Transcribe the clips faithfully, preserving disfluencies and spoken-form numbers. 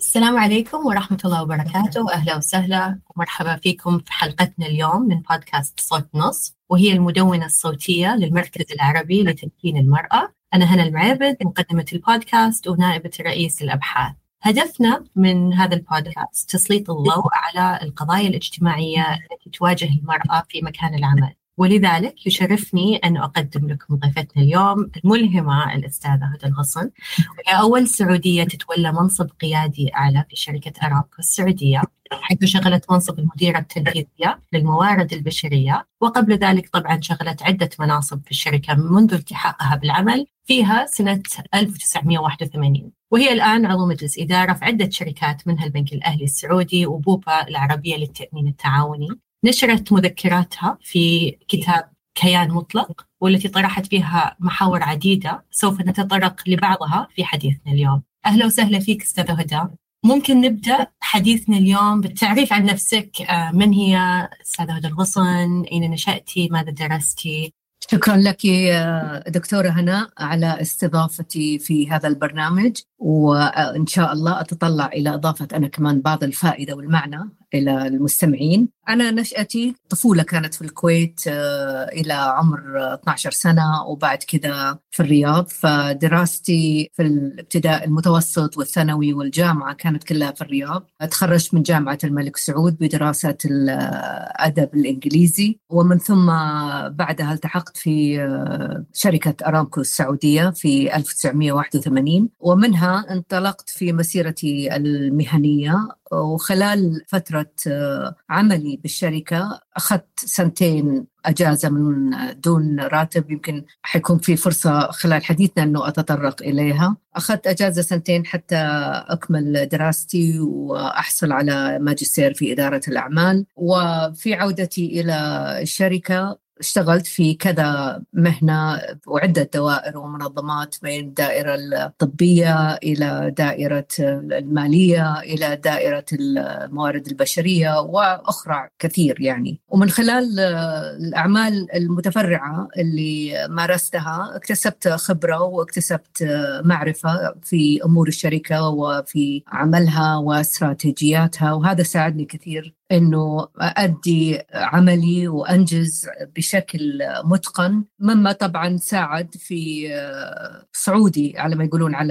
السلام عليكم ورحمة الله وبركاته، أهلا وسهلا ومرحبا فيكم في حلقتنا اليوم من بودكاست صوت نص، وهي المدونة الصوتية للمركز العربي لتمكين المرأة. أنا هنا المعابد، مقدمة البودكاست ونائبة رئيس الأبحاث. هدفنا من هذا البودكاست تسليط الضوء على القضايا الاجتماعية التي تواجه المرأة في مكان العمل، ولذلك يشرفني أن أقدم لكم ضيفتنا اليوم الملهمة الأستاذة هدى الغصن، وهي أول سعودية تتولى منصب قيادي أعلى في شركة أرامكو السعودية، حيث شغلت منصب المديرة التنفيذية للموارد البشرية، وقبل ذلك طبعا شغلت عدة مناصب في الشركة منذ التحاقها بالعمل فيها سنة ألف وتسعمائة وواحد وثمانين، وهي الآن عضو مجلس إدارة في عدة شركات منها البنك الأهلي السعودي وبوبا العربية للتأمين التعاوني. نشرت مذكراتها في كتاب كيان مطلق، والتي طرحت فيها محاور عديدة سوف نتطرق لبعضها في حديثنا اليوم. أهلا وسهلا فيك أستاذة هدى. ممكن نبدأ حديثنا اليوم بالتعريف عن نفسك. من هي أستاذة هدى الغصن؟ أين نشأتي؟ ماذا درستي؟ شكرا لك دكتورة هنا على استضافتي في هذا البرنامج، وإن شاء الله أتطلع إلى إضافة أنا كمان بعض الفائدة والمعنى إلى المستمعين. أنا نشأتي طفولة كانت في الكويت إلى عمر اثنتي عشرة سنة، وبعد كذا في الرياض. فدراستي في الابتداء المتوسط والثانوي والجامعة كانت كلها في الرياض. تخرجت من جامعة الملك سعود بدراسة الأدب الإنجليزي، ومن ثم بعدها التحقت في شركة أرامكو السعودية في ألف وتسعمائة وواحد وثمانين، ومنها انطلقت في مسيرتي المهنية. وخلال فترة عملي بالشركة أخذت سنتين أجازة من دون راتب، يمكن حيكون في فرصة خلال حديثنا أنه أتطرق إليها. أخذت أجازة سنتين حتى أكمل دراستي وأحصل على ماجستير في إدارة الأعمال. وفي عودتي إلى الشركة اشتغلت في كذا مهنة وعدة دوائر ومنظمات، بين الدائرة الطبية إلى دائرة المالية إلى دائرة الموارد البشرية وأخرى كثير يعني. ومن خلال الأعمال المتفرعة اللي مارستها اكتسبت خبرة واكتسبت معرفة في أمور الشركة وفي عملها واستراتيجياتها، وهذا ساعدني كثير أنه أؤدي عملي وأنجز بشكل متقن، مما طبعا ساعد في صعودي على ما يقولون على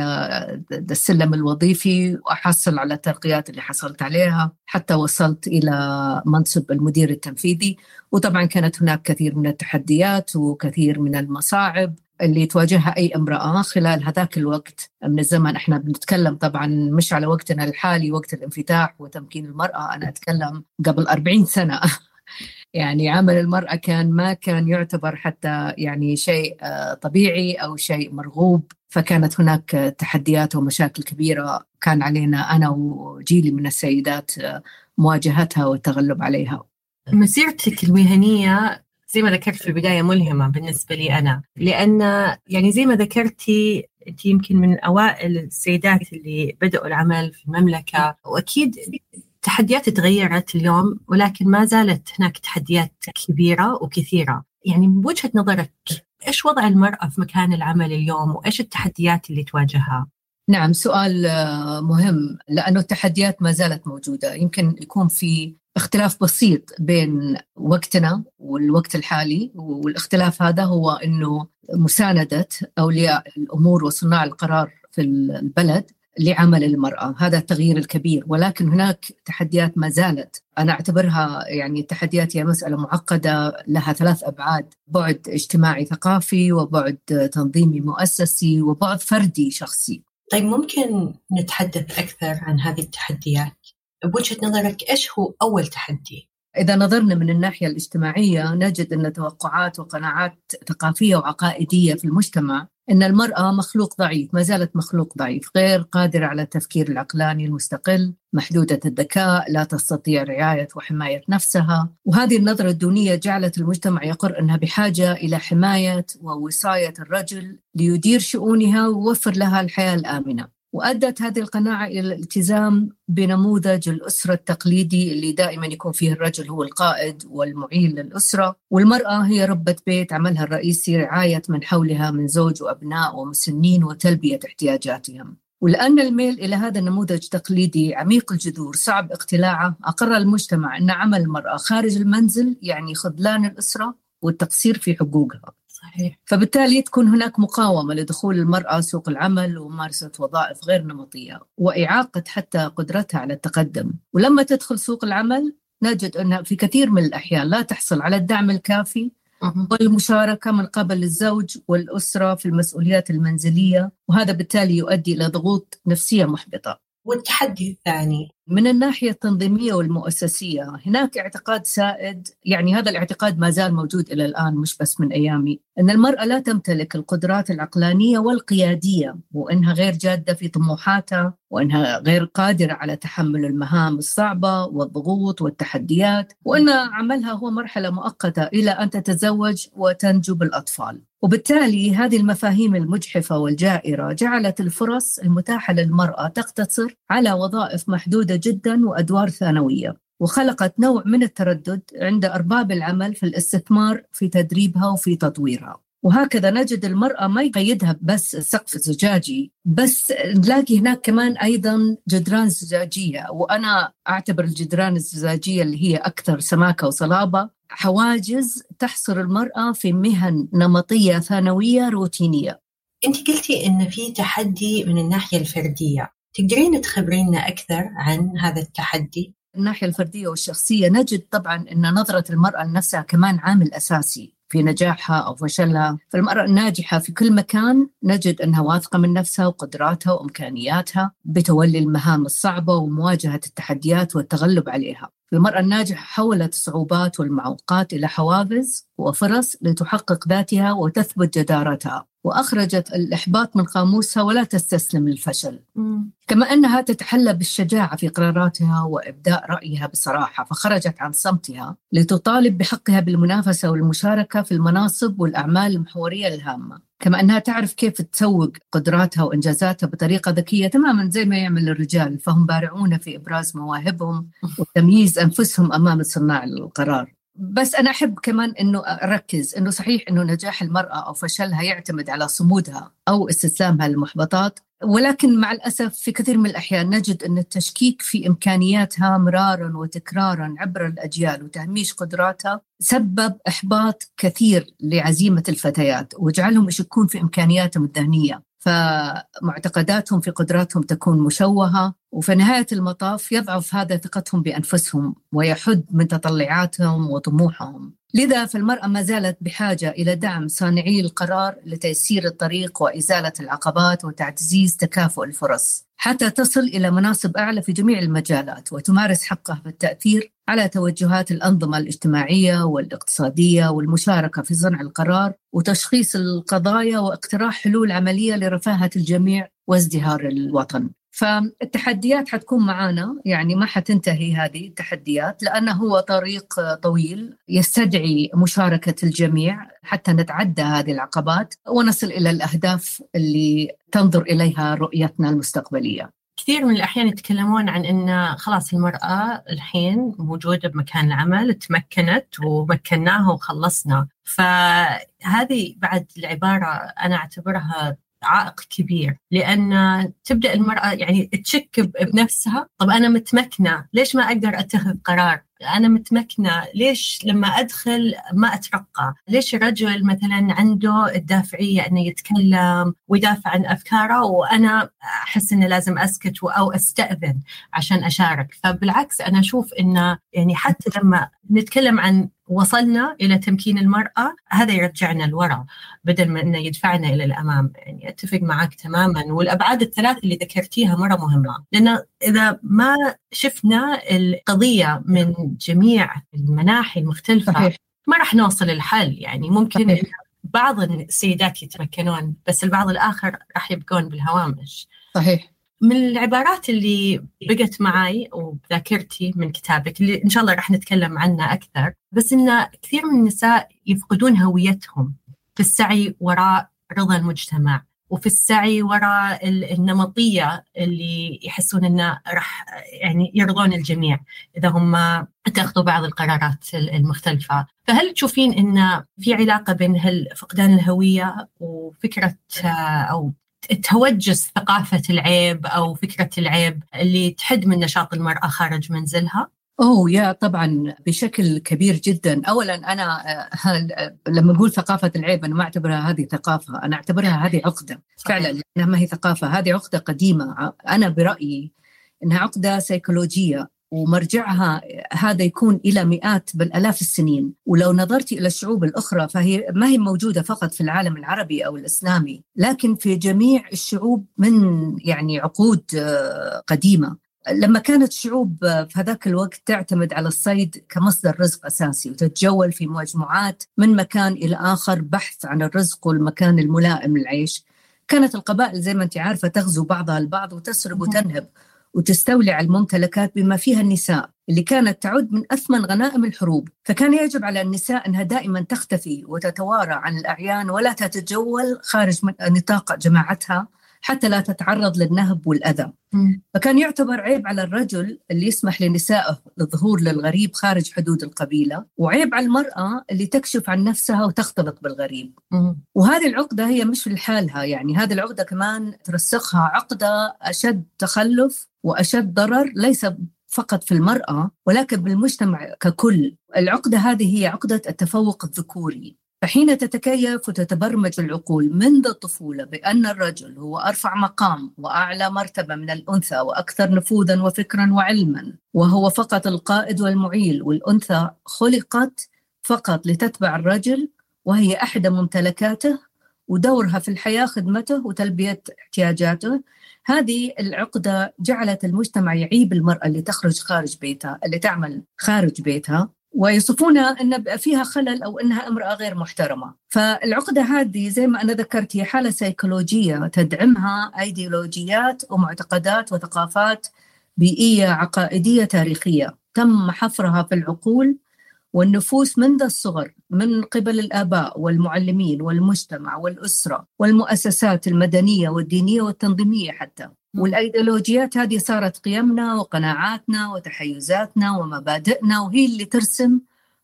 السلم الوظيفي، وأحصل على الترقيات اللي حصلت عليها حتى وصلت إلى منصب المدير التنفيذي. وطبعا كانت هناك كثير من التحديات وكثير من المصاعب اللي تواجهها أي امرأة خلال هذاك الوقت من الزمن. احنا بنتكلم طبعا مش على وقتنا الحالي وقت الانفتاح وتمكين المرأة، أنا أتكلم قبل أربعين سنة. يعني عمل المرأة كان ما كان يعتبر حتى يعني شيء طبيعي أو شيء مرغوب، فكانت هناك تحديات ومشاكل كبيرة كان علينا أنا وجيلي من السيدات مواجهتها والتغلب عليها. مسيرتك المهنية زي ما ذكرت في البداية ملهمة بالنسبة لي أنا، لأن يعني زي ما ذكرتي أنت يمكن من أوائل السيدات اللي بدأوا العمل في المملكة، وأكيد تحديات تغيرت اليوم، ولكن ما زالت هناك تحديات كبيرة وكثيرة. يعني من وجهة نظرك إيش وضع المرأة في مكان العمل اليوم، وإيش التحديات اللي تواجهها؟ نعم، سؤال مهم، لأنه التحديات ما زالت موجودة. يمكن يكون في اختلاف بسيط بين وقتنا والوقت الحالي، والاختلاف هذا هو أنه مساندة أولياء الأمور وصناع القرار في البلد لعمل المرأة، هذا التغيير الكبير. ولكن هناك تحديات ما زالت، أنا أعتبرها يعني التحديات هي مسألة معقدة لها ثلاث أبعاد: بعد اجتماعي ثقافي، وبعد تنظيمي مؤسسي، وبعد فردي شخصي. طيب ممكن نتحدث أكثر عن هذه التحديات؟ بوجهة نظرك إيش هو أول تحدي؟ إذا نظرنا من الناحية الاجتماعية نجد أن توقعات وقناعات ثقافية وعقائدية في المجتمع أن المرأة مخلوق ضعيف، ما زالت مخلوق ضعيف، غير قادرة على التفكير العقلاني المستقل، محدودة الذكاء، لا تستطيع رعاية وحماية نفسها. وهذه النظرة الدونية جعلت المجتمع يقر أنها بحاجة إلى حماية ووصاية الرجل ليدير شؤونها ويوفر لها الحياة الآمنة. وأدت هذه القناعة إلى الالتزام بنموذج الأسرة التقليدي اللي دائما يكون فيه الرجل هو القائد والمعين للأسرة، والمرأة هي ربة بيت عملها الرئيسي رعاية من حولها من زوج وأبناء ومسنين وتلبية احتياجاتهم. ولأن الميل إلى هذا النموذج تقليدي عميق الجذور صعب اقتلاعه، أقر المجتمع أن عمل المرأة خارج المنزل يعني خذلان الأسرة والتقصير في حقوقها. صحيح. فبالتالي تكون هناك مقاومة لدخول المرأة سوق العمل وممارسة وظائف غير نمطية، وإعاقة حتى قدرتها على التقدم. ولما تدخل سوق العمل نجد أنها في كثير من الأحيان لا تحصل على الدعم الكافي والمشاركة من قبل الزوج والأسرة في المسؤوليات المنزلية، وهذا بالتالي يؤدي إلى ضغوط نفسية محبطة. والتحدي الثاني من الناحية التنظيمية والمؤسسية هناك اعتقاد سائد، يعني هذا الاعتقاد ما زال موجود إلى الآن مش بس من أيامي، أن المرأة لا تمتلك القدرات العقلانية والقيادية، وأنها غير جادة في طموحاتها، وأنها غير قادرة على تحمل المهام الصعبة والضغوط والتحديات، وأن عملها هو مرحلة مؤقتة إلى أن تتزوج وتنجب الأطفال. وبالتالي هذه المفاهيم المجحفة والجائرة جعلت الفرص المتاحة للمرأة تقتصر على وظائف محدودة جدا وأدوار ثانوية، وخلقت نوع من التردد عند أرباب العمل في الاستثمار في تدريبها وفي تطويرها. وهكذا نجد المرأة ما يقيدها بس السقف الزجاجي، بس نلاقي هناك كمان أيضا جدران زجاجية، وأنا أعتبر الجدران الزجاجية اللي هي أكثر سماكة وصلابة حواجز تحصر المرأة في مهن نمطية ثانوية روتينية. أنت قلتي إن في تحدي من الناحية الفردية، تقدرين تخبرينا أكثر عن هذا التحدي؟ الناحية الفردية والشخصية نجد طبعاً أن نظرة المرأة لنفسها كمان عامل أساسي في نجاحها أو فشلها. فالمرأة الناجحة في كل مكان نجد أنها واثقة من نفسها وقدراتها وإمكانياتها بتولي المهام الصعبة ومواجهة التحديات والتغلب عليها. المرأة الناجحة حولت الصعوبات والمعوقات إلى حوافز وفرص لتحقق ذاتها وتثبت جدارتها، وأخرجت الإحباط من قاموسها ولا تستسلم للفشل. مم. كما أنها تتحلى بالشجاعة في قراراتها وإبداء رأيها بصراحة، فخرجت عن صمتها لتطالب بحقها بالمنافسة والمشاركة في المناصب والأعمال المحورية الهامة. كما أنها تعرف كيف تسوق قدراتها وإنجازاتها بطريقة ذكية تماماً زي ما يعمل الرجال، فهم بارعون في إبراز مواهبهم وتمييز أنفسهم أمام صناع القرار. بس أنا أحب كمان أنه أركز أنه صحيح أنه نجاح المرأة أو فشلها يعتمد على صمودها أو استسلامها للمحبطات، ولكن مع الأسف في كثير من الأحيان نجد أن التشكيك في إمكانياتها مرارا وتكرارا عبر الأجيال وتهميش قدراتها سبب إحباط كثير لعزيمة الفتيات وجعلهم يشكون في إمكانياتهم الذهنية، فمعتقداتهم في قدراتهم تكون مشوهة، وفي نهاية المطاف يضعف هذا ثقتهم بأنفسهم ويحد من تطلعاتهم وطموحهم. لذا فالمرأة ما زالت بحاجة إلى دعم صانعي القرار لتيسير الطريق وإزالة العقبات وتعزيز تكافؤ الفرص حتى تصل إلى مناصب أعلى في جميع المجالات وتمارس حقها في التأثير على توجهات الأنظمة الاجتماعية والاقتصادية والمشاركة في صنع القرار وتشخيص القضايا واقتراح حلول عملية لرفاهة الجميع وازدهار الوطن. فالتحديات حتكون معانا، يعني ما حتنتهي هذه التحديات لأنه هو طريق طويل يستدعي مشاركة الجميع حتى نتعدى هذه العقبات ونصل إلى الأهداف اللي تنظر إليها رؤيتنا المستقبلية. كثير من الأحيان يتكلمون عن أن خلاص المرأة الحين موجودة بمكان العمل، تمكنت ومكناها وخلصنا، فهذه بعد العبارة أنا أعتبرها عائق كبير، لأن تبدأ المرأة يعني تشك بنفسها. طب أنا متمكنة، ليش ما أقدر أتخذ قرار؟ أنا متمكنة، ليش لما أدخل ما أترقى؟ ليش الرجل مثلا عنده الدافعية أنه يتكلم ويدافع عن أفكاره وأنا أحس أنه لازم أسكت أو أستأذن عشان أشارك؟ فبالعكس أنا أشوف أنه يعني حتى لما نتكلم عن وصلنا إلى تمكين المرأة هذا يرجعنا لورا بدل ما أنه يدفعنا إلى الأمام. يعني أتفق معك تماما، والأبعاد الثلاث اللي ذكرتيها مرة مهمة، لأن إذا ما شفنا القضية من جميع المناحي المختلفة صحيح. ما راح نوصل الحل. يعني ممكن صحيح. بعض السيدات يتمكنون بس البعض الآخر راح يبقون بالهوامش. صحيح. من العبارات اللي بقت معي وبذاكرتي من كتابك اللي إن شاء الله راح نتكلم عنها أكثر، بس إن كثير من النساء يفقدون هويتهم في السعي وراء رضا المجتمع وفي السعي وراء النمطية اللي يحسون إنه راح يعني يرضون الجميع إذا هم تأخذوا بعض القرارات المختلفة. فهل تشوفين إن في علاقة بين فقدان الهوية وفكرة أو توجس ثقافة العيب أو فكرة العيب اللي تحد من نشاط المرأة خارج منزلها؟ أوه يا طبعا بشكل كبير جدا. أولا أنا لما أقول ثقافة العيب أنا ما أعتبرها هذه ثقافة، أنا أعتبرها هذه عقدة فعلا، لأنها ما هي ثقافة، هذه عقدة قديمة. أنا برأيي أنها عقدة سيكولوجية ومرجعها هذا يكون إلى مئات بل آلاف السنين. ولو نظرت إلى الشعوب الأخرى فهي ما هي موجودة فقط في العالم العربي أو الإسلامي، لكن في جميع الشعوب من يعني عقود قديمة. لما كانت الشعوب في هذاك الوقت تعتمد على الصيد كمصدر رزق أساسي وتتجول في مجموعات من مكان إلى آخر بحث عن الرزق والمكان الملائم للعيش، كانت القبائل زي ما أنت عارفة تغزو بعضها البعض وتسرق وتنهب وتستولي على الممتلكات بما فيها النساء اللي كانت تعد من أثمن غنائم الحروب. فكان يجب على النساء أنها دائما تختفي وتتوارى عن الأعيان ولا تتجول خارج من نطاق جماعتها حتى لا تتعرض للنهب والأذى. فكان يعتبر عيب على الرجل اللي يسمح لنسائه الظهور للغريب خارج حدود القبيلة، وعيب على المرأة اللي تكشف عن نفسها وتختلط بالغريب. وهذه العقدة هي مش في لحالها، يعني هذه العقدة كمان ترسخها عقدة أشد تخلف وأشد ضرر، ليس فقط في المرأة ولكن بالمجتمع ككل. العقدة هذه هي عقدة التفوق الذكوري. فحين تتكيف وتتبرمج العقول منذ الطفولة بأن الرجل هو أرفع مقام وأعلى مرتبة من الأنثى وأكثر نفوذا وفكرا وعلما، وهو فقط القائد والمعيل، والأنثى خلقت فقط لتتبع الرجل وهي أحد ممتلكاته ودورها في الحياة خدمته وتلبية احتياجاته. هذه العقدة جعلت المجتمع يعيب المرأة اللي تخرج خارج بيتها، اللي تعمل خارج بيتها، ويصفونها أن فيها خلل أو أنها امرأة غير محترمة. فالعقدة هذه زي ما أنا ذكرت هي حالة سيكولوجية تدعمها أيديولوجيات ومعتقدات وثقافات بيئية عقائدية تاريخية تم حفرها في العقول والنفوس منذ الصغر من قبل الآباء والمعلمين والمجتمع والأسرة والمؤسسات المدنية والدينية والتنظيمية حتى. والأيديولوجيات هذه صارت قيمنا وقناعاتنا وتحيزاتنا ومبادئنا، وهي اللي ترسم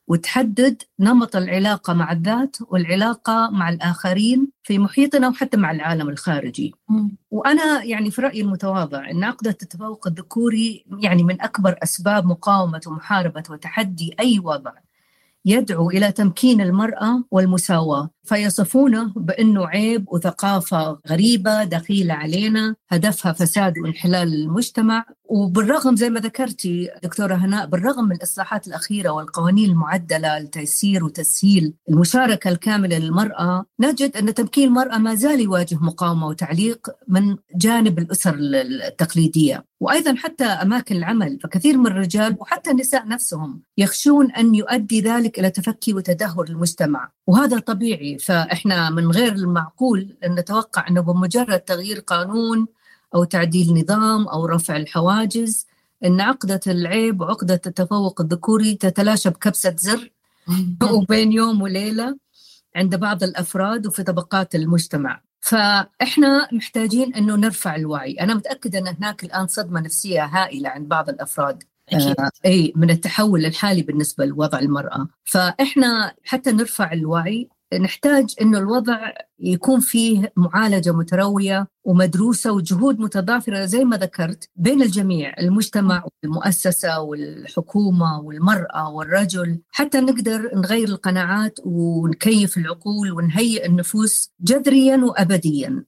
وتحدد نمط العلاقة مع الذات والعلاقة مع الآخرين في محيطنا وحتى مع العالم الخارجي. م. وأنا يعني في رأيي المتواضع أن عقدة التفوق الذكوري يعني من أكبر أسباب مقاومة ومحاربة وتحدي أي وضع يدعو إلى تمكين المرأة والمساواة، فيصفونه بأنه عيب وثقافة غريبة دخيلة علينا هدفها فساد وانحلال المجتمع. وبالرغم زي ما ذكرتي دكتورة هناء، بالرغم من الإصلاحات الأخيرة والقوانين المعدلة لتيسير وتسهيل المشاركة الكاملة للمرأة، نجد أن تمكين المرأة ما زال يواجه مقاومة وتعليق من جانب الأسر التقليدية وأيضا حتى أماكن العمل. فكثير من الرجال وحتى النساء نفسهم يخشون أن يؤدي ذلك إلى تفكي وتدهور المجتمع، وهذا طبيعي. فإحنا من غير المعقول أن نتوقع أنه بمجرد تغيير قانون أو تعديل نظام أو رفع الحواجز أن عقدة العيب وعقدة التفوق الذكوري تتلاشى بكبسة زر وبين يوم وليلة عند بعض الأفراد وفي طبقات المجتمع. فإحنا محتاجين أنه نرفع الوعي. أنا متأكدة أن هناك الآن صدمة نفسية هائلة عند بعض الأفراد آه أي من التحول الحالي بالنسبة لوضع المرأة. فإحنا حتى نرفع الوعي نحتاج أنه الوضع يكون فيه معالجة متروية ومدروسة وجهود متضافرة زي ما ذكرت بين الجميع، المجتمع والمؤسسة والحكومة والمرأة والرجل، حتى نقدر نغير القناعات ونكيف العقول ونهيئ النفوس جذريا وأبديا.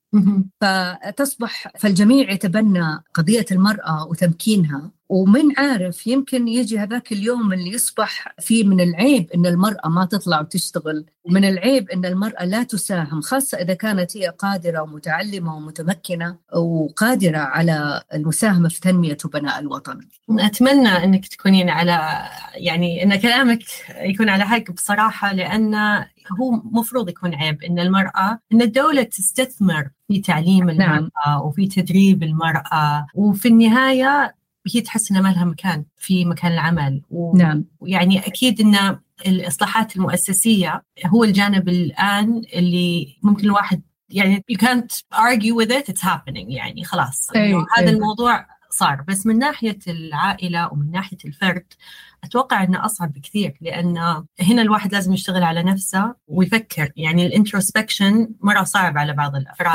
فتصبح فالجميع يتبنى قضية المرأة وتمكينها. ومن عارف يمكن يجي هذاك اليوم اللي يصبح فيه من العيب أن المرأة ما تطلع وتشتغل، ومن العيب أن المرأة لا تساهم، خاصة إذا كانت هي قادرة ومتعلمة ومتمكنة وقادرة على المساهمة في تنمية وبناء الوطن. أتمنى أنك تكونين على يعني أن كلامك يكون على حق بصراحة، لأن هو مفروض يكون عيب أن المرأة أن الدولة تستثمر في تعليم المرأة نعم. وفي تدريب المرأة، وفي النهاية هي تحس أن ما لها مكان في مكان العمل و... نعم. ويعني أكيد أن الإصلاحات المؤسسية هو الجانب الآن اللي ممكن الواحد يعني you can't argue with it, it's happening، يعني خلاص أي هذا أي. الموضوع صار. بس من ناحية العائلة ومن ناحية الفرد أتوقع أنه أصعب بكثير، لأن هنا الواحد لازم يشتغل على نفسه ويفكر. يعني الانتروسبكشن مرة صعب على بعض الأفراد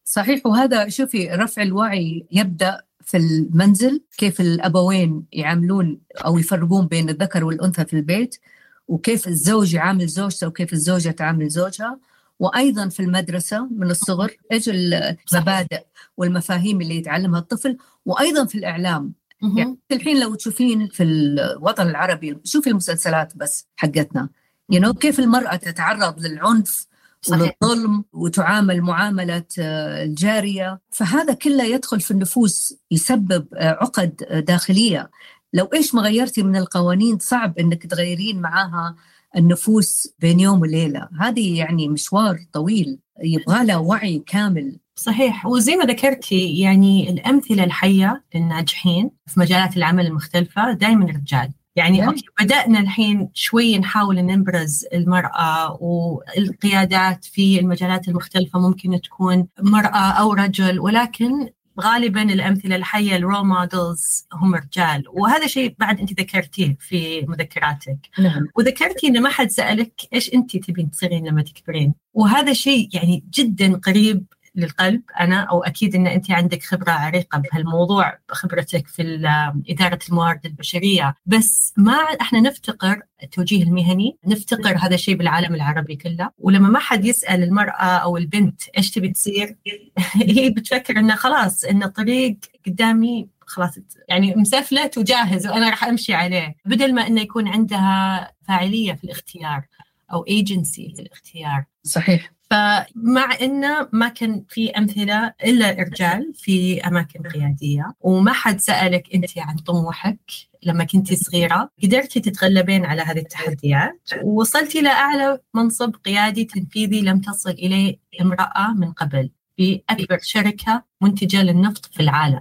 صحيح. وهذا شوفي رفع الوعي يبدأ في المنزل، كيف الأبوين يعاملون أو يفرقون بين الذكر والأنثى في البيت، وكيف الزوج يعامل زوجته وكيف الزوجة تعامل زوجها، وأيضا في المدرسة من الصغر إيش المبادئ والمفاهيم اللي يتعلمها الطفل، وأيضا في الإعلام. يعني الحين لو تشوفين في الوطن العربي، شوفي المسلسلات بس حقتنا you know كيف المرأة تتعرض للعنف والظلم وتعامل معاملة الجارية. فهذا كله يدخل في النفوس، يسبب عقد داخلية. لو إيش ما غيرتي من القوانين صعب إنك تغيرين معاها النفوس بين يوم وليلة. هذه يعني مشوار طويل يبغى له وعي كامل. صحيح. وزي ما ذكرتي يعني الأمثلة الحية للناجحين في مجالات العمل المختلفة دائما رجال. يعني أوكي بدأنا الحين شوي نحاول نبرز المرأة، والقيادات في المجالات المختلفة ممكن تكون مرأة أو رجل، ولكن غالباً الأمثلة الحية الرول مودلز هم رجال. وهذا شيء بعد أنت ذكرتيه في مذكراتك. نعم. وذكرتي إن ما حد سألك إيش أنت تبين تصيرين لما تكبرين، وهذا شيء يعني جداً قريب للقلب. أنا أو أكيد إن أنت عندك خبرة عريقة بهالموضوع، خبرتك في إدارة الموارد البشرية، بس ما إحنا نفتقر التوجيه المهني، نفتقر هذا الشيء بالعالم العربي كله. ولما ما حد يسأل المرأة أو البنت إيش تبي تصير، هي بتفكر إنه خلاص إن الطريق قدامي خلاص يعني مسفلت وجاهز وأنا راح أمشي عليه، بدل ما إنه يكون عندها فاعلية في الاختيار أو agency في الاختيار. صحيح. فمع إنه ما كان في أمثلة إلا رجال في أماكن قيادية، وما حد سألك أنت عن طموحك لما كنتي صغيرة، قدرتي تتغلبين على هذه التحديات ووصلتي لأعلى منصب قيادي تنفيذي لم تصل إليه امرأة من قبل في أكبر شركة منتجة للنفط في العالم.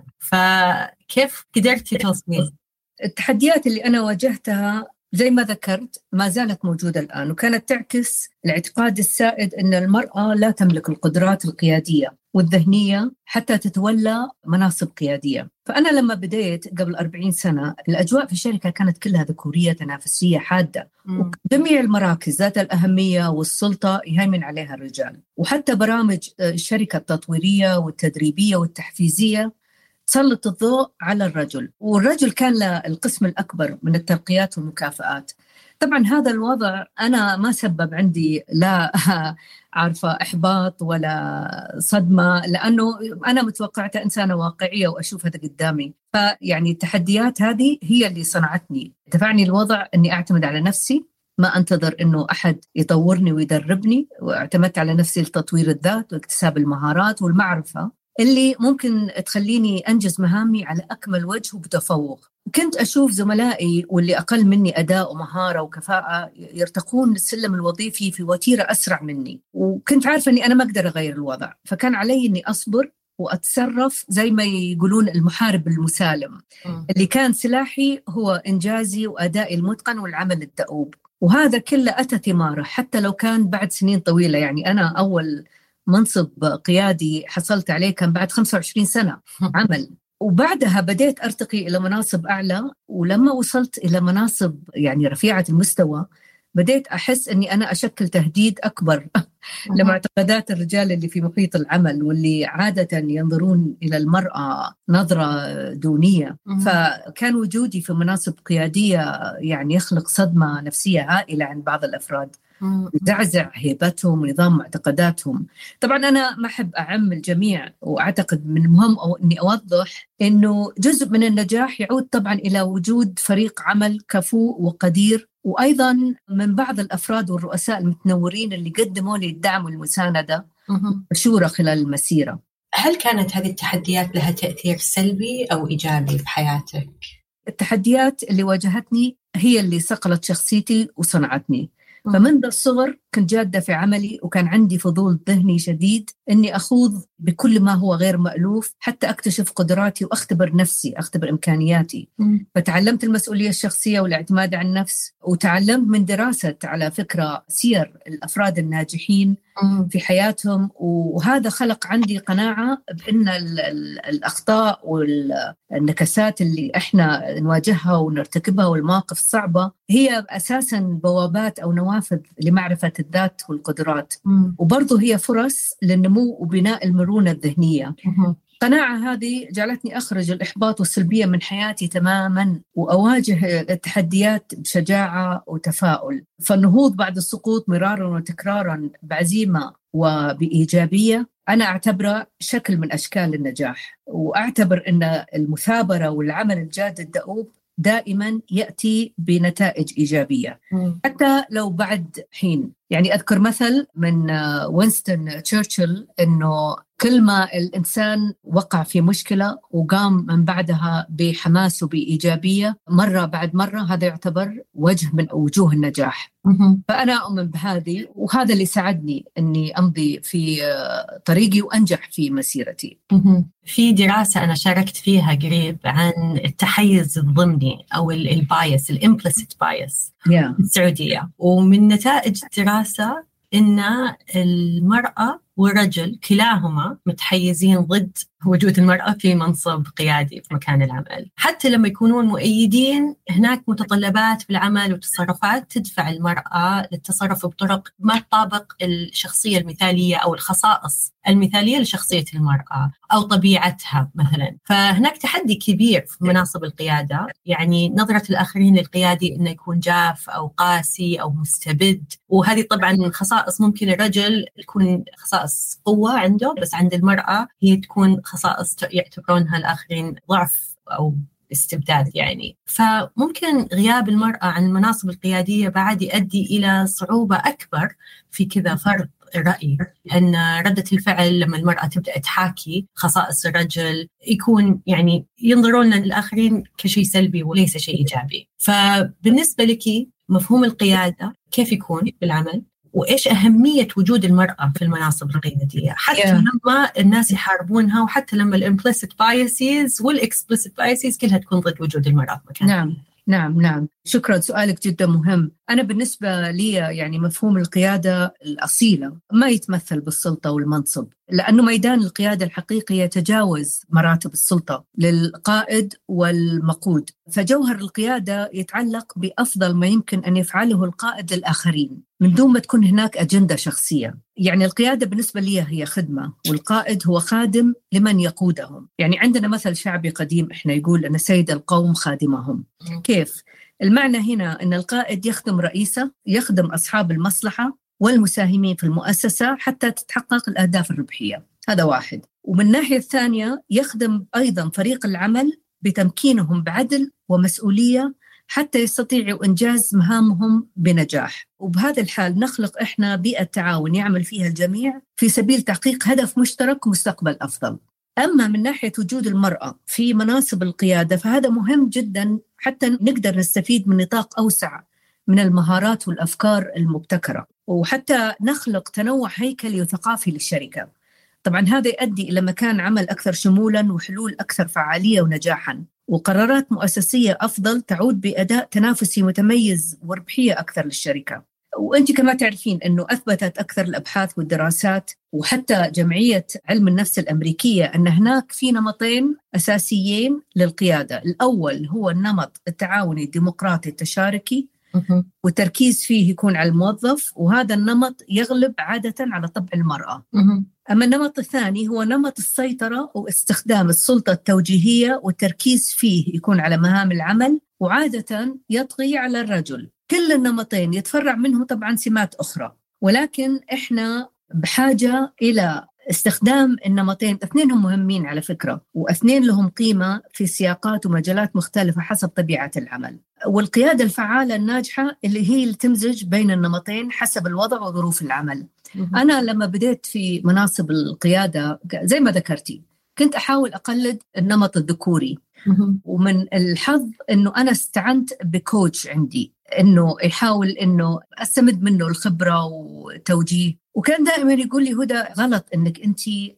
فكيف قدرتي توصلين؟ التحديات اللي أنا واجهتها زي ما ذكرت ما زالت موجودة الآن، وكانت تعكس الاعتقاد السائد أن المرأة لا تملك القدرات القيادية والذهنية حتى تتولى مناصب قيادية. فأنا لما بديت قبل أربعين سنة الأجواء في الشركة كانت كلها ذكورية تنافسية حادة، وجميع المراكز ذات الأهمية والسلطة يهيمن عليها الرجال، وحتى برامج الشركة التطويرية والتدريبية والتحفيزية سلط الضوء على الرجل، والرجل كان له القسم الأكبر من الترقيات والمكافآت. طبعا هذا الوضع أنا ما سبب عندي لا عارفة إحباط ولا صدمة، لأنه أنا متوقعة إنسانة واقعية وأشوف هذا قدامي. فيعني التحديات هذه هي اللي صنعتني، دفعني الوضع أني أعتمد على نفسي، ما أنتظر أنه أحد يطورني ويدربني، واعتمدت على نفسي لتطوير الذات واكتساب المهارات والمعرفة اللي ممكن تخليني أنجز مهامي على أكمل وجه وبتفوق. كنت أشوف زملائي واللي أقل مني أداء ومهارة وكفاءة يرتقون السلم الوظيفي في وتيرة أسرع مني، وكنت عارفة أني أنا ما أقدر أغير الوضع، فكان علي أني أصبر وأتصرف زي ما يقولون المحارب المسالم. اللي كان سلاحي هو إنجازي وأدائي المتقن والعمل الدؤوب، وهذا كله أتى ثماره حتى لو كان بعد سنين طويلة. يعني أنا أول منصب قيادي حصلت عليه كان بعد خمسة وعشرين سنة عمل، وبعدها بديت أرتقي إلى مناصب أعلى. ولما وصلت إلى مناصب يعني رفيعة المستوى بديت أحس أني أنا أشكل تهديد أكبر لمعتقدات الرجال اللي في محيط العمل، واللي عادة ينظرون إلى المرأة نظرة دونية. فكان وجودي في مناصب قيادية يعني يخلق صدمة نفسية هائلة عند بعض الأفراد، يزعزع هيبتهم ونظام معتقداتهم. طبعا أنا ما أحب أعم الجميع، وأعتقد من المهم أو أني أوضح أنه جزء من النجاح يعود طبعا إلى وجود فريق عمل كفو وقدير، وأيضا من بعض الأفراد والرؤساء المتنورين اللي قدموا لي الدعم والمساندة والشورى خلال المسيرة. هل كانت هذه التحديات لها تأثير سلبي أو إيجابي في حياتك؟ التحديات اللي واجهتني هي اللي صقلت شخصيتي وصنعتني. فمنذ الصغر كنت جادة في عملي، وكان عندي فضول ذهني شديد أني أخوض بكل ما هو غير مألوف حتى أكتشف قدراتي وأختبر نفسي، أختبر إمكانياتي. مم. فتعلمت المسؤولية الشخصية والاعتماد على النفس، وتعلمت من دراسة على فكرة سير الأفراد الناجحين مم. في حياتهم، وهذا خلق عندي قناعة بأن ال ال الأخطاء والنكسات اللي إحنا نواجهها ونرتكبها والمواقف الصعبة هي أساساً بوابات أو نوافذ لمعرفة الذات والقدرات، وبرضه هي فرص للنمو وبناء المرونة الذهنية. القناعة هذه جعلتني أخرج الإحباط والسلبية من حياتي تماماً، وأواجه التحديات بشجاعة وتفاؤل. فالنهوض بعد السقوط مرارا وتكرارا بعزيمة وبإيجابية أنا أعتبره شكل من أشكال النجاح، وأعتبر أن المثابرة والعمل الجاد الدؤوب دائما يأتي بنتائج إيجابية م. حتى لو بعد حين. يعني أذكر مثل من وينستون تشرشل أنه كل ما الإنسان وقع في مشكلة وقام من بعدها بحماس وبإيجابية مرة بعد مرة، هذا يعتبر وجه من وجوه النجاح. فأنا أؤمن بهذه، وهذا اللي ساعدني أني أمضي في طريقي وأنجح في مسيرتي. في دراسة أنا شاركت فيها قريب عن التحيز الضمني أو البايس الإمبليسيت بايس في السعودية، ومن نتائج الدراسة إن المرأة والرجل كلاهما متحيزين ضد وجود المرأة في منصب قيادي في مكان العمل. حتى لما يكونون مؤيدين، هناك متطلبات في العمل وتصرفات تدفع المرأة للتصرف بطرق ما تطابق الشخصية المثالية أو الخصائص المثالية لشخصية المرأة أو طبيعتها مثلا. فهناك تحدي كبير في مناصب القيادة، يعني نظرة الآخرين للقيادي إنه يكون جاف أو قاسي أو مستبد، وهذه طبعا خصائص ممكن الرجل يكون خصائص قوة عنده، بس عند المرأة هي تكون خصائص يعتبرونها الآخرين ضعف أو استبداد يعني. فممكن غياب المرأة عن المناصب القيادية بعد يؤدي إلى صعوبة أكبر في كذا فرض الرأي، أن ردة الفعل لما المرأة تبدأ تحاكي خصائص الرجل يكون يعني ينظرون للآخرين كشيء سلبي وليس شيء إيجابي. فبالنسبة لك مفهوم القيادة كيف يكون بالعمل؟ وإيش أهمية وجود المرأة في المناصب القيادية حتى yeah. لما الناس يحاربونها، وحتى لما الإمبليسيت بايسز والإكسبليسيت بايسز كلها تكون ضد وجود المرأة في مكان. نعم نعم نعم شكرا، سؤالك جدا مهم. أنا بالنسبة لي يعني مفهوم القيادة الأصيلة ما يتمثل بالسلطة والمنصب، لأنه ميدان القيادة الحقيقي يتجاوز مراتب السلطة للقائد والمقود. فجوهر القيادة يتعلق بأفضل ما يمكن أن يفعله القائد للآخرين من دون ما تكون هناك أجندة شخصية. يعني القيادة بالنسبة لي هي خدمة، والقائد هو خادم لمن يقودهم. يعني عندنا مثل شعبي قديم إحنا يقول أن سيد القوم خادمهم. كيف؟ المعنى هنا أن القائد يخدم رئيسه، يخدم أصحاب المصلحة والمساهمين في المؤسسة حتى تتحقق الأهداف الربحية. هذا واحد. ومن الناحية الثانية يخدم أيضا فريق العمل بتمكينهم بعدل ومسؤولية حتى يستطيعوا إنجاز مهامهم بنجاح. وبهذا الحال نخلق إحنا بيئة تعاون يعمل فيها الجميع في سبيل تحقيق هدف مشترك ومستقبل أفضل. أما من ناحية وجود المرأة في مناصب القيادة فهذا مهم جدا حتى نقدر نستفيد من نطاق أوسع من المهارات والأفكار المبتكرة، وحتى نخلق تنوع هيكلي وثقافي للشركة. طبعا هذا يؤدي إلى مكان عمل أكثر شمولا وحلول أكثر فعالية ونجاحا، وقرارات مؤسسية أفضل تعود بأداء تنافسي متميز وربحية أكثر للشركة. وأنت كما تعرفين أنه أثبتت أكثر الأبحاث والدراسات وحتى جمعية علم النفس الأمريكية أن هناك في نمطين أساسيين للقيادة. الأول هو النمط التعاوني الديمقراطي التشاركي، والتركيز فيه يكون على الموظف، وهذا النمط يغلب عادة على طبع المرأة. أما النمط الثاني هو نمط السيطرة واستخدام السلطة التوجيهية، والتركيز فيه يكون على مهام العمل وعادة يطغي على الرجل. كل النمطين يتفرع منه طبعا سمات أخرى، ولكن إحنا بحاجة إلى استخدام النمطين. اثنينهم مهمين على فكرة، واثنين لهم قيمة في سياقات ومجالات مختلفة حسب طبيعة العمل. والقيادة الفعالة الناجحة اللي هي اللي تمزج بين النمطين حسب الوضع وظروف العمل. أنا لما بديت في مناصب القيادة زي ما ذكرتي كنت أحاول أقلد النمط الذكوري، ومن الحظ أنه أنا استعنت بكوتش عندي أنه يحاول أنه أستمد منه الخبرة وتوجيه، وكان دائما يقول لي هدى غلط أنك أنت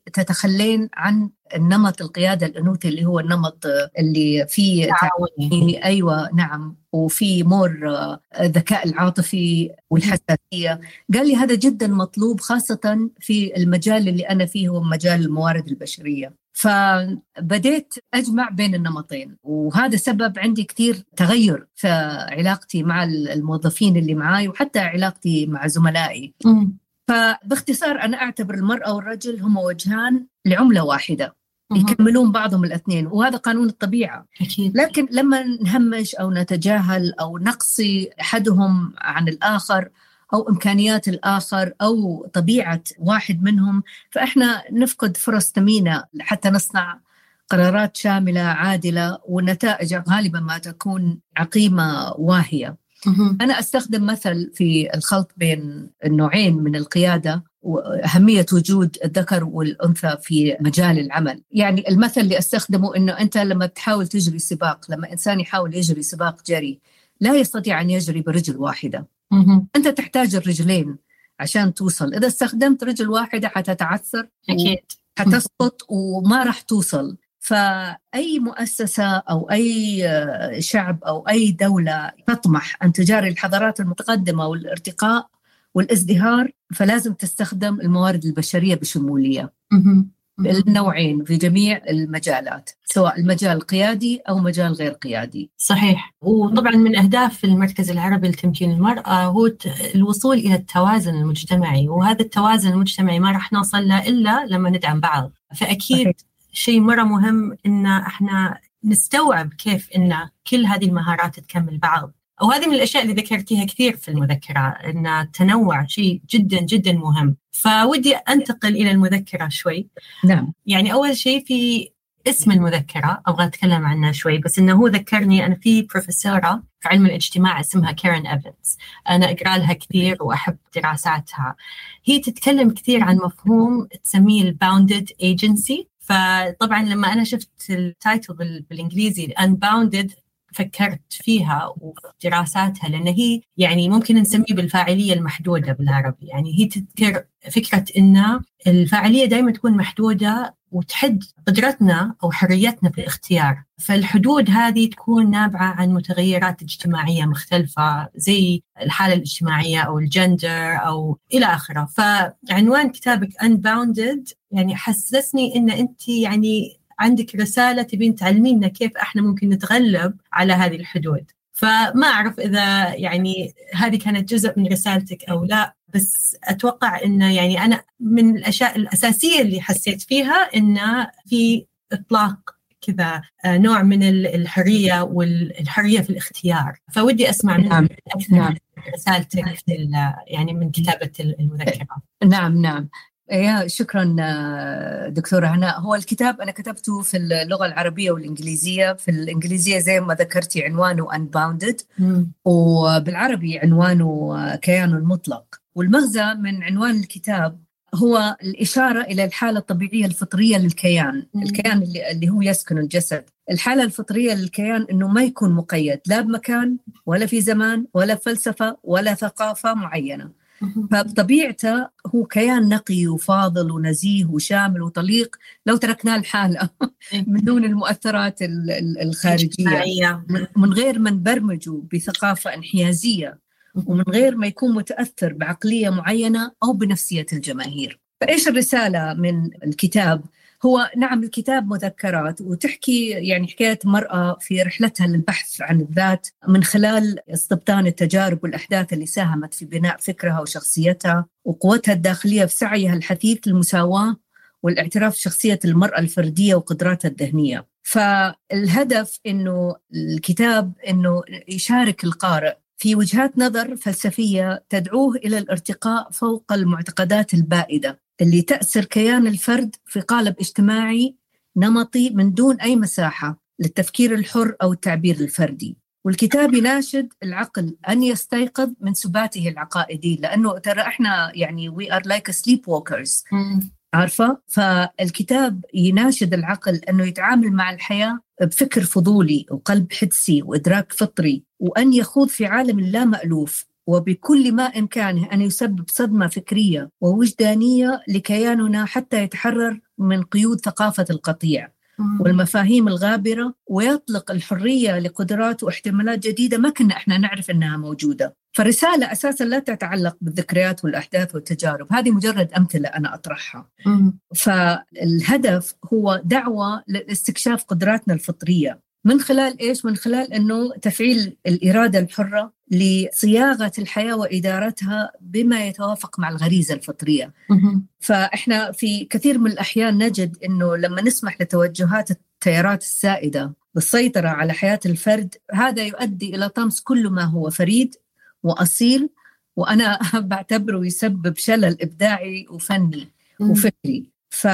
تتخلين عن النمط القيادة الأنوثي اللي هو النمط اللي فيه تعاوني. أيوة نعم، وفي مور الذكاء العاطفي والحساسية. قال لي هذا جدا مطلوب خاصة في المجال اللي أنا فيه هو مجال الموارد البشرية. فبديت أجمع بين النمطين، وهذا سبب عندي كثير تغير في علاقتي مع الموظفين اللي معاي وحتى علاقتي مع زملائي. م. فباختصار أنا أعتبر المرأة والرجل هم وجهان لعملة واحدة، يكملون بعضهم الاثنين، وهذا قانون الطبيعة. أكيد. لكن لما نهمش أو نتجاهل أو نقصي أحدهم عن الآخر أو إمكانيات الآخر أو طبيعة واحد منهم، فإحنا نفقد فرص ثمينة حتى نصنع قرارات شاملة عادلة، والنتائج غالبا ما تكون عقيمة واهية. أنا أستخدم مثل في الخلط بين النوعين من القيادة وأهمية وجود الذكر والأنثى في مجال العمل. يعني المثل اللي أستخدمه إنه أنت لما تحاول تجري سباق، لما إنسان يحاول يجري سباق جري لا يستطيع أن يجري برجل واحدة. أنت تحتاج الرجلين عشان توصل. إذا استخدمت رجل واحدة حتتعثر، أكيد حتسقط وما راح توصل. فأي مؤسسة أو أي شعب أو أي دولة تطمح أن تجاري الحضارات المتقدمة والارتقاء والازدهار فلازم تستخدم الموارد البشرية بشمولية، النوعين في جميع المجالات، سواء المجال القيادي أو مجال غير قيادي. صحيح. وطبعا من أهداف المركز العربي لتمكين المرأة هو الوصول إلى التوازن المجتمعي، وهذا التوازن المجتمعي ما راح نوصل له إلا لما ندعم بعض. فأكيد صحيح. شيء مرة مهم إن إحنا نستوعب كيف إن كل هذه المهارات تكمل بعض، وهذه من الأشياء اللي ذكرتيها كثير في المذكرة، إن التنوع شيء جدا جدا مهم. فودي أنتقل إلى المذكرة شوي. نعم. يعني أول شيء في اسم المذكرة أبغى أتكلم عنها شوي، بس إنه هو ذكرني أنا في بروفيسورة في علم الاجتماع اسمها كارين إيفنز، أنا أقرأ لها كثير وأحب دراساتها. هي تتكلم كثير عن مفهوم تسميه الباوندد ايجنسي. فطبعا لما أنا شفت التايتل بالإنجليزي unbounded فكرت فيها ودراساتها، لأن هي يعني ممكن نسميه بالفاعلية المحدودة بالعربي. يعني هي تذكر فكرة إن الفاعلية دائما تكون محدودة وتحد قدرتنا أو حريتنا في الاختيار. فالحدود هذه تكون نابعة عن متغيرات اجتماعية مختلفة زي الحالة الاجتماعية أو الجندر أو إلى آخره. فعنوان كتابك Unbounded يعني حسسني إن أنت يعني عندك رسالة تبين تعلمينا كيف احنا ممكن نتغلب على هذه الحدود. فما أعرف إذا يعني هذه كانت جزء من رسالتك أو لا، بس أتوقع إنه يعني أنا من الأشياء الأساسية اللي حسيت فيها إنه في إطلاق كذا نوع من الحرية والحرية في الاختيار. فودي أسمع من نعم. أكثر نعم. رسالتك في يعني من كتابة المذكرة. نعم نعم يا شكرا دكتورة هناء. هو الكتاب أنا كتبته في اللغة العربية والإنجليزية. في الإنجليزية زي ما ذكرتي عنوانه Unbounded، وبالعربي عنوانه كيان المطلق. والمغزى من عنوان الكتاب هو الإشارة إلى الحالة الطبيعية الفطرية للكيان. مم. الكيان اللي, اللي هو يسكن الجسد. الحالة الفطرية للكيان إنه ما يكون مقيد لا بمكان ولا في زمان ولا فلسفة ولا ثقافة معينة. فبطبيعته هو كيان نقي وفاضل ونزيه وشامل وطليق لو تركناه الحالة من دون المؤثرات الخارجية، من غير ما نبرمجه بثقافة انحيازية، ومن غير ما يكون متأثر بعقلية معينة أو بنفسية الجماهير. فإيش الرسالة من الكتاب؟ هو نعم الكتاب مذكرات وتحكي يعني حكاية مرأة في رحلتها للبحث عن الذات من خلال استبطان التجارب والأحداث اللي ساهمت في بناء فكرها وشخصيتها وقوتها الداخلية في سعيها الحثيث للمساواة والاعتراف بشخصية المرأة الفردية وقدراتها الذهنية. فالهدف إنه الكتاب إنه يشارك القارئ في وجهات نظر فلسفية تدعوه إلى الارتقاء فوق المعتقدات البائدة اللي تأثر كيان الفرد في قالب اجتماعي نمطي من دون أي مساحة للتفكير الحر أو التعبير الفردي. والكتاب يناشد العقل أن يستيقظ من سباته العقائدي، لأنه ترى إحنا يعني we are like sleepwalkers، عارفة؟ فالكتاب يناشد العقل أنه يتعامل مع الحياة بفكر فضولي وقلب حدسي وإدراك فطري، وأن يخوض في عالم لا مألوف، وبكل ما إمكانه أن يسبب صدمة فكرية ووجدانية لكياننا حتى يتحرر من قيود ثقافة القطيع والمفاهيم الغابرة، ويطلق الحرية لقدرات واحتمالات جديدة ما كنا إحنا نعرف أنها موجودة. فرسالة أساساً لا تتعلق بالذكريات والأحداث والتجارب، هذه مجرد أمثلة أنا أطرحها. فالهدف هو دعوة لاستكشاف قدراتنا الفطرية من خلال إيش؟ من خلال أنه تفعيل الإرادة الحرة لصياغة الحياة وإدارتها بما يتوافق مع الغريزة الفطرية. فإحنا في كثير من الأحيان نجد أنه لما نسمح لتوجهات التيارات السائدة بالسيطرة على حياة الفرد، هذا يؤدي إلى طمس كل ما هو فريد وأصيل، وأنا بعتبره يسبب شلل إبداعي وفني وفكري،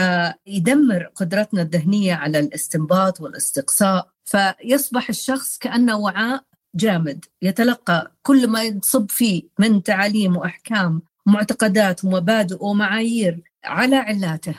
فيدمر قدرتنا الذهنية على الاستنباط والاستقصاء. فيصبح الشخص كأنه وعاء جامد يتلقى كل ما يصب فيه من تعاليم وأحكام ومعتقدات ومبادئ ومعايير على علاته،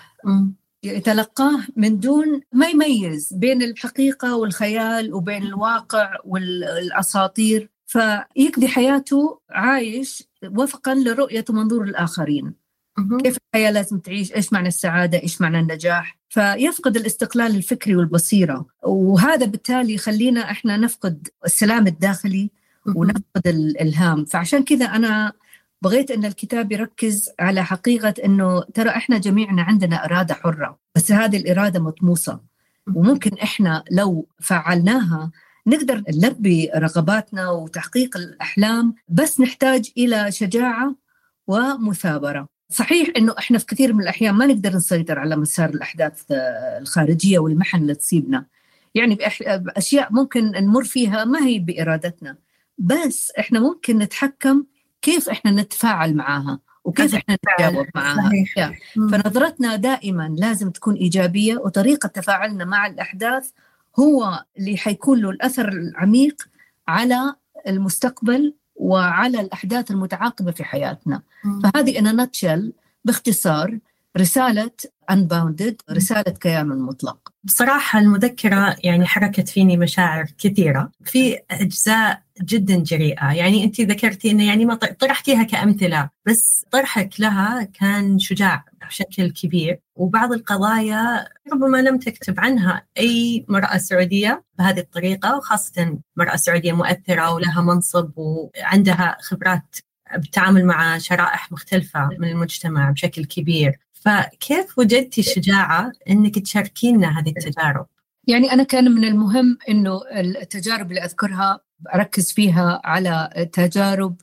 يتلقاه من دون ما يميز بين الحقيقة والخيال وبين الواقع والأساطير، فيقضي حياته عايش وفقا لرؤية ومنظور الآخرين. كيف الحياة لازم تعيش، إيش معنى السعادة، إيش معنى النجاح، فيفقد الاستقلال الفكري والبصيرة، وهذا بالتالي يخلينا إحنا نفقد السلام الداخلي ونفقد الإلهام. فعشان كذا أنا بغيت أن الكتاب يركز على حقيقة أنه ترى إحنا جميعنا عندنا إرادة حرة، بس هذه الإرادة مطموسة، وممكن إحنا لو فعلناها نقدر نلبي رغباتنا وتحقيق الأحلام، بس نحتاج إلى شجاعة ومثابرة. صحيح إنه إحنا في كثير من الأحيان ما نقدر نسيطر على مسار الأحداث الخارجية والمحن اللي تصيبنا، يعني بأشياء ممكن نمر فيها ما هي بإرادتنا، بس إحنا ممكن نتحكم كيف إحنا نتفاعل معها وكيف إحنا نتجاوب معها. فنظرتنا دائما لازم تكون إيجابية، وطريقة تفاعلنا مع الأحداث هو اللي حيكون له الأثر العميق على المستقبل وعلى الأحداث المتعاقبة في حياتنا. فهذه أنا نتشل باختصار رسالة Unbounded، رسالة كيان المطلق. بصراحة المذكرة يعني حركت فيني مشاعر كثيرة، في أجزاء جدا جريئة. يعني أنت ذكرتي إنه يعني ما طرحتيها كأمثلة، بس طرحك لها كان شجاع بشكل كبير، وبعض القضايا ربما لم تكتب عنها أي مرأة سعودية بهذه الطريقة، وخاصة مرأة سعودية مؤثرة ولها منصب وعندها خبرات بالتعامل مع شرائح مختلفة من المجتمع بشكل كبير. فكيف وجدتي الشجاعة إنك تشاركينا هذه التجارب؟ يعني أنا كان من المهم إنه التجارب اللي أذكرها أركز فيها على التجارب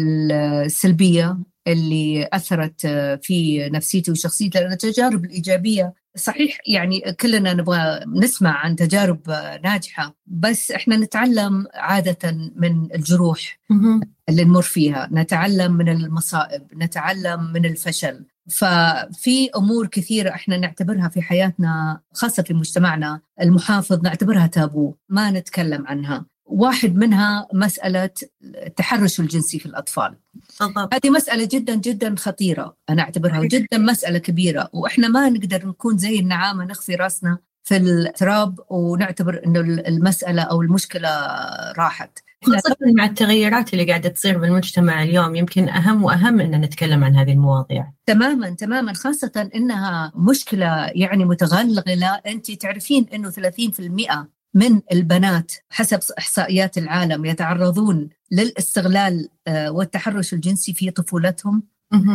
السلبية اللي أثرت في نفسيتي وشخصيتي، لأن التجارب الإيجابية صحيح يعني كلنا نبغى نسمع عن تجارب ناجحة، بس إحنا نتعلم عادة من الجروح اللي نمر فيها، نتعلم من المصائب، نتعلم من الفشل. ففي أمور كثيرة إحنا نعتبرها في حياتنا، خاصة في مجتمعنا المحافظ، نعتبرها تابو ما نتكلم عنها. واحد منها مسألة التحرش الجنسي في الأطفال. بالضبط. هذه مسألة جدا جدا خطيرة، أنا أعتبرها جدا مسألة كبيرة، وإحنا ما نقدر نكون زي النعامة نخفي راسنا في التراب ونعتبر إنه المسألة أو المشكلة راحت. خاصة مع التغيرات اللي قاعدة تصير بالمجتمع اليوم، يمكن أهم وأهم إن نتكلم عن هذه المواضيع. تماما تماما، خاصة إنها مشكلة يعني متغلغلة. أنت تعرفين إنه ثلاثين بالمئة من البنات حسب إحصائيات العالم يتعرضون للاستغلال والتحرش الجنسي في طفولتهم.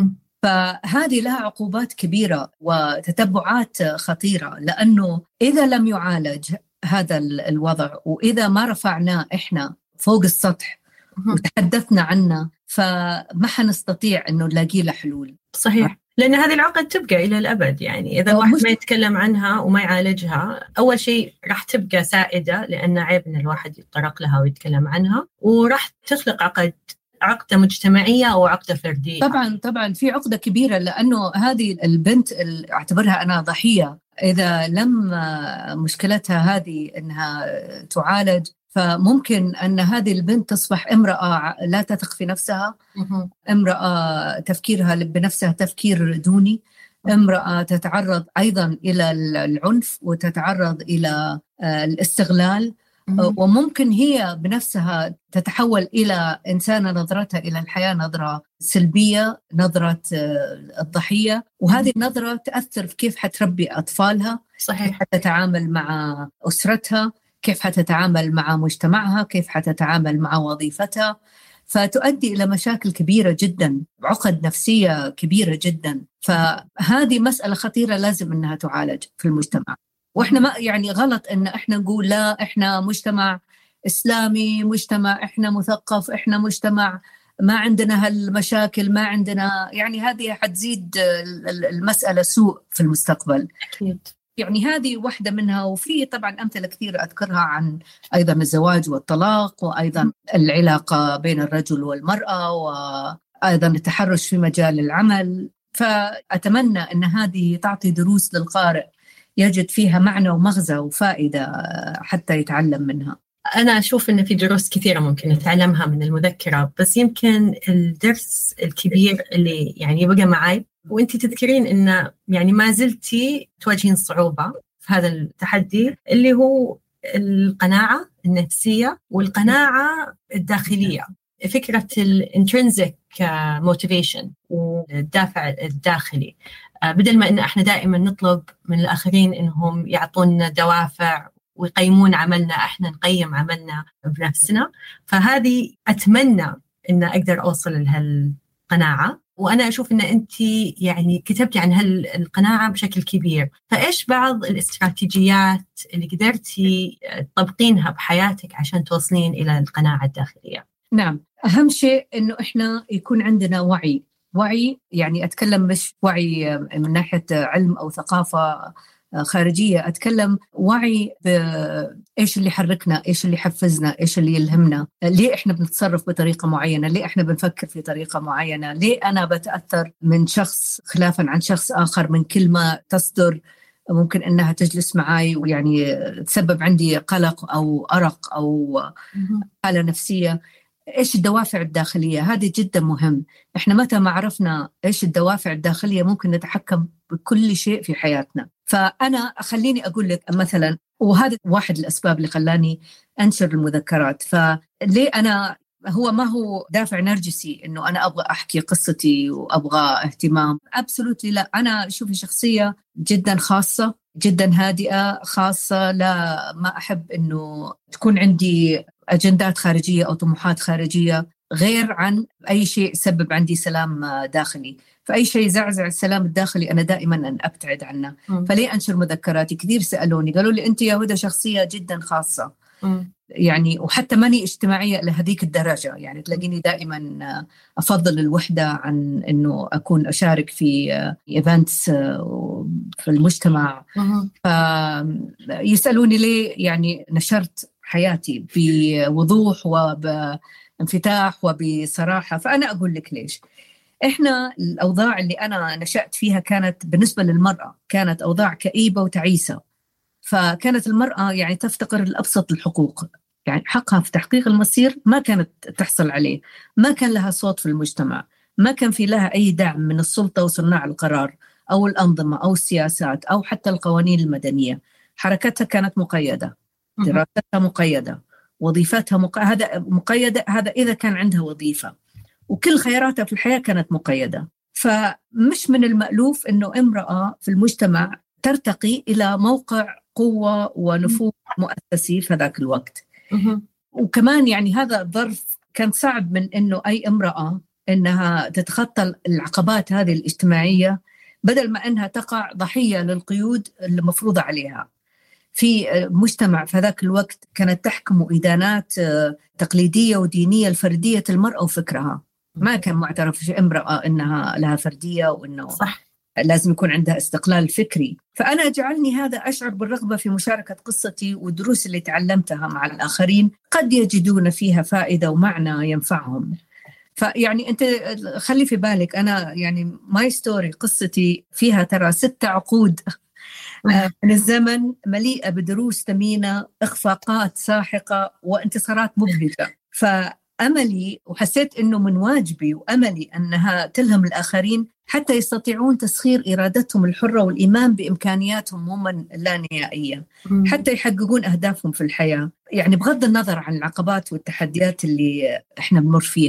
فهذه لها عقوبات كبيرة وتتبعات خطيرة، لأنه إذا لم يعالج هذا الوضع، وإذا ما رفعناه إحنا فوق السطح وتحدثنا عنه، فما حنستطيع أنه نلاقي له حلول. صحيح، لأن هذه العقد تبقى إلى الأبد. يعني إذا الواحد ما يتكلم عنها وما يعالجها، أول شيء راح تبقى سائدة، لأن عيب أن الواحد يتطرق لها ويتكلم عنها، وراح تخلق عقد عقدة مجتمعية أو عقدة فردية. طبعا طبعا في عقدة كبيرة، لأنه هذه البنت اللي أعتبرها أنا ضحية، إذا لم مشكلتها هذه أنها تعالج، فممكن أن هذه البنت تصبح امرأة لا تثق في نفسها، امرأة تفكيرها بنفسها تفكير دوني، امرأة تتعرض أيضا إلى العنف وتتعرض إلى الاستغلال، وممكن هي بنفسها تتحول إلى إنسانة نظرتها إلى الحياة نظرة سلبية، نظرة الضحية، وهذه النظرة تأثر في كيف حتربي أطفالها، صحيح. كيف حتتعامل مع أسرتها، كيف حتتعامل مع مجتمعها، كيف حتتعامل مع وظيفتها، فتؤدي إلى مشاكل كبيرة جدا، عقد نفسية كبيرة جدا. فهذه مسألة خطيرة لازم أنها تعالج في المجتمع. وإحنا ما يعني غلط أن إحنا نقول لا إحنا مجتمع إسلامي، مجتمع إحنا مثقف، إحنا مجتمع ما عندنا هالمشاكل، ما عندنا، يعني هذه حتزيد المسألة سوء في المستقبل. أكيد. يعني هذه واحدة منها. وفي طبعا أمثلة كثيرة أذكرها عن أيضا الزواج والطلاق، وأيضا العلاقة بين الرجل والمرأة، وأيضا التحرش في مجال العمل. فأتمنى أن هذه تعطي دروس للقارئ يجد فيها معنى ومغزى وفائدة حتى يتعلم منها. أنا أشوف إن في دروس كثيرة ممكن نتعلمها من المذكرة، بس يمكن الدرس الكبير اللي يعني يبقى معي، وأنتي تذكرين إن يعني ما زلتي تواجهين صعوبة في هذا التحدي، اللي هو القناعة النفسية والقناعة الداخلية. فكرة الانترنسيك موتيفيشن والدافع الداخلي، بدل ما إن إحنا دائما نطلب من الآخرين إنهم يعطونا دوافع ويقيمون عملنا، إحنا نقيم عملنا بنفسنا. فهذه أتمنى إن أقدر أوصل لهالقناعة، وأنا أشوف إن أنت يعني كتبتي عن هالقناعة بشكل كبير. فإيش بعض الاستراتيجيات اللي قدرتي تطبقينها بحياتك عشان توصلين إلى القناعة الداخلية؟ نعم، أهم شيء إنه إحنا يكون عندنا وعي. وعي يعني أتكلم مش وعي من ناحية علم أو ثقافة خارجية، أتكلم وعي بإيش اللي حركنا، إيش اللي حفزنا، إيش اللي يلهمنا، ليه إحنا بنتصرف بطريقة معينة، ليه إحنا بنفكر في طريقة معينة، ليه أنا بتأثر من شخص خلافا عن شخص آخر، من كلمة تصدر ممكن أنها تجلس معي ويعني تسبب عندي قلق أو أرق أو حالة نفسية. إيش الدوافع الداخلية؟ هذه جدا مهم. إحنا متى ما عرفنا إيش الدوافع الداخلية ممكن نتحكم بكل شيء في حياتنا. فأنا خليني أقول لك مثلا، وهذا واحد الأسباب اللي خلاني أنشر المذكرات. فليه أنا، هو ما هو دافع نرجسي إنه أنا أبغى أحكي قصتي وأبغى اهتمام، أبسولوتلي لا. أنا شوفي شخصية جدا خاصة، جدا هادئة، خاصة، لا ما أحب إنه تكون عندي أجندات خارجية أو طموحات خارجية غير عن أي شيء يسبب عندي سلام داخلي. فأي شيء زعزع السلام الداخلي أنا دائما أن أبتعد عنه. م. فليه أنشر مذكراتي؟ كثير سألوني قالوا لي أنت يا هدى شخصية جدا خاصة. م. يعني وحتى ماني اجتماعية لهذيك الدرجة، يعني تلاقيني دائما أفضل الوحدة عن أنه أكون أشارك في إيفنتس في المجتمع. فيسألوني ليه يعني نشرت حياتي بوضوح وبانفتاح وبصراحة. فأنا أقول لك ليش. إحنا الأوضاع اللي أنا نشأت فيها كانت بالنسبة للمرأة كانت أوضاع كئيبة وتعيسة. فكانت المرأة يعني تفتقر لأبسط الحقوق، يعني حقها في تحقيق المصير ما كانت تحصل عليه، ما كان لها صوت في المجتمع، ما كان في لها أي دعم من السلطة وصناع القرار أو الأنظمة أو السياسات أو حتى القوانين المدنية. حركتها كانت مقيدة، دراستها مقيدة، وظيفتها مق... هذا مقيدة، هذا إذا كان عندها وظيفة، وكل خياراتها في الحياة كانت مقيدة. فمش من المألوف إنه امرأة في المجتمع ترتقي إلى موقع قوة ونفوذ مؤسسي في ذاك الوقت. وكمان يعني هذا الظرف كان صعب من إنه أي امرأة إنها تتخطى العقبات هذه الاجتماعية، بدل ما إنها تقع ضحية للقيود المفروضة عليها. في مجتمع في ذاك الوقت كانت تحكم إدانات تقليدية ودينية لفردية المرأة وفكرها. ما كان معترف في امرأة إنها لها فردية وإنه صح لازم يكون عندها استقلال فكري. فأنا جعلني هذا أشعر بالرغبة في مشاركة قصتي والدروس اللي تعلمتها مع الآخرين، قد يجدون فيها فائدة ومعنى ينفعهم. فيعني أنت خلي في بالك أنا يعني ماي ستوري، قصتي فيها ترى ستة عقود من الزمن مليئة بدروس ثمينة، إخفاقات ساحقة وانتصارات مبهجة. فأملي وحسيت أنه من واجبي وأملي أنها تلهم الآخرين حتى يستطيعون تسخير إرادتهم الحرة والإيمان بإمكانياتهم هم اللانهائية حتى يحققون أهدافهم في الحياة، يعني بغض النظر عن العقبات والتحديات اللي إحنا بنمر فيها.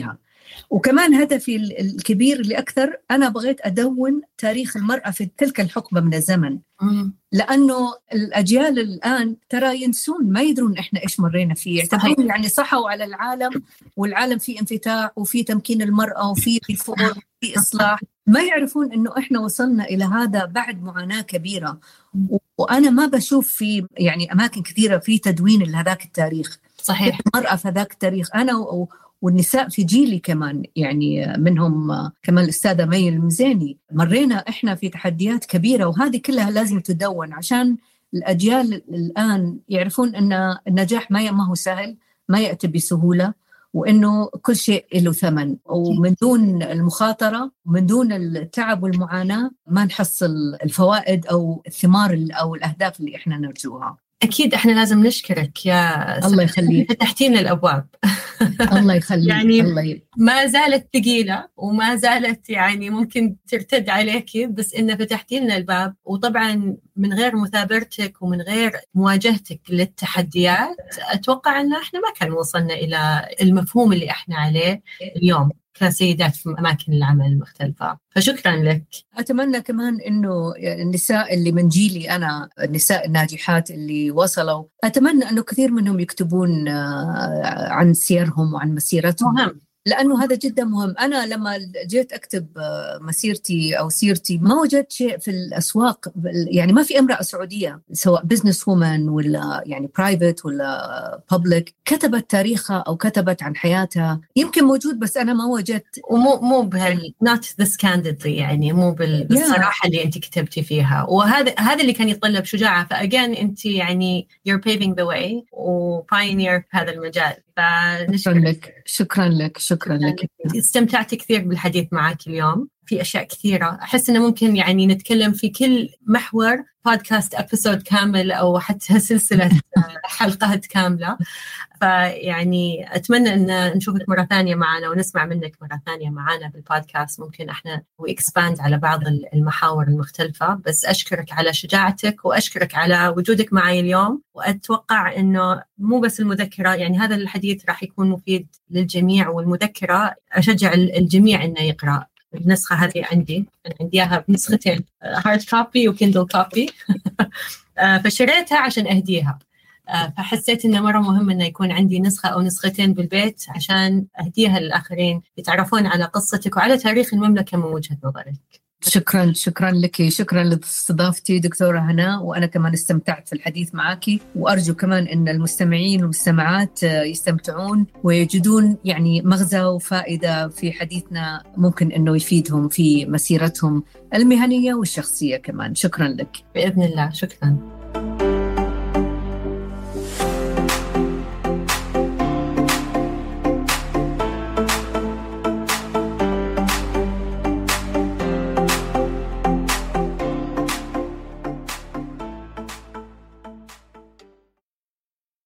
وكمان هدفي الكبير اللي أكثر، أنا بغيت أدون تاريخ المرأة في تلك الحقبة من الزمن، لأنه الأجيال الآن ترى ينسون، ما يدرون إحنا إيش مرينا فيه، يعتبرون يعني صحوا على العالم والعالم فيه انفتاح وفيه تمكين المرأة وفيه ريفورم وفيه إصلاح، ما يعرفون إنه إحنا وصلنا إلى هذا بعد معاناة كبيرة. وأنا ما بشوف في يعني أماكن كثيرة في تدوين لهذاك التاريخ. صحيح. المرأة في ذاك التاريخ، أنا و والنساء في جيلي كمان، يعني منهم كمان الأستاذة مي المزيني، مرينا إحنا في تحديات كبيرة، وهذه كلها لازم تدون عشان الأجيال الآن يعرفون أن النجاح ما هو سهل، ما يأتي بسهولة، وإنه كل شيء له ثمن، ومن دون المخاطرة ومن دون التعب والمعاناة ما نحصل الفوائد أو الثمار أو الأهداف اللي إحنا نرجوها. أكيد إحنا لازم نشكرك يا الله يخليك، فتحتي لنا الأبواب. الله يخليك. يعني الله ي... ما زالت ثقيلة وما زالت يعني ممكن ترتد عليك، بس إن فتحتي لنا الباب. وطبعا من غير مثابرتك ومن غير مواجهتك للتحديات أتوقع أن إحنا ما كان وصلنا إلى المفهوم اللي إحنا عليه اليوم كسيدات في أماكن العمل المختلفة. فشكرا لك. أتمنى كمان إنه النساء اللي من جيلي أنا، النساء الناجحات اللي وصلوا، أتمنى إنه كثير منهم يكتبون عن سيرهم وعن مسيرتهم. مهم. لأنه هذا جدا مهم. أنا لما جيت أكتب مسيرتي أو سيرتي ما وجدت شيء في الأسواق، يعني ما في امرأة سعودية سواء بزنس وومن ولا يعني برايفت ولا بابليك كتبت تاريخها أو كتبت عن حياتها. يمكن موجود بس أنا ما وجدت، ومو مو بهال not this candidly، يعني مو بالصراحة yeah. اللي أنت كتبتي فيها. وهذا هذا اللي كان يتطلب شجاعة. فأجان أنت يعني you're paving the way و pioneer في هذا المجال. شكرا لك. شكرا لك. شكرا لك. استمتعت كثير بالحديث معك اليوم. في أشياء كثيرة أحس إنه ممكن يعني نتكلم في كل محور بودكاست أبيسود كامل أو حتى سلسلة حلقات كاملة. فيعني أتمنى أن نشوفك مرة ثانية معنا ونسمع منك مرة ثانية معنا بالبودكاست. ممكن إحنا وإكسباند على بعض المحاور المختلفة. بس أشكرك على شجاعتك وأشكرك على وجودك معي اليوم. وأتوقع إنه مو بس المذكرة، يعني هذا الحديث راح يكون مفيد للجميع. والمذكرة أشجع الجميع إنه يقرأ النسخة هذه. عندي أنا عندي إياها بنسختين، هارد كوبي وكيندل كوبي. فشريتها عشان أهديها. فحسيت إنه مرة مهم إنه يكون عندي نسخة أو نسختين بالبيت عشان أهديها للآخرين يتعرفون على قصتك وعلى تاريخ المملكة من وجهة نظرك. شكرا. شكرا لك. شكرا لاستضافتي دكتورة هناء. وأنا كمان استمتعت في الحديث معك، وأرجو كمان أن المستمعين والمستمعات يستمتعون ويجدون يعني مغزى وفائدة في حديثنا، ممكن أنه يفيدهم في مسيرتهم المهنية والشخصية كمان. شكرا لك. بإذن الله. شكرا.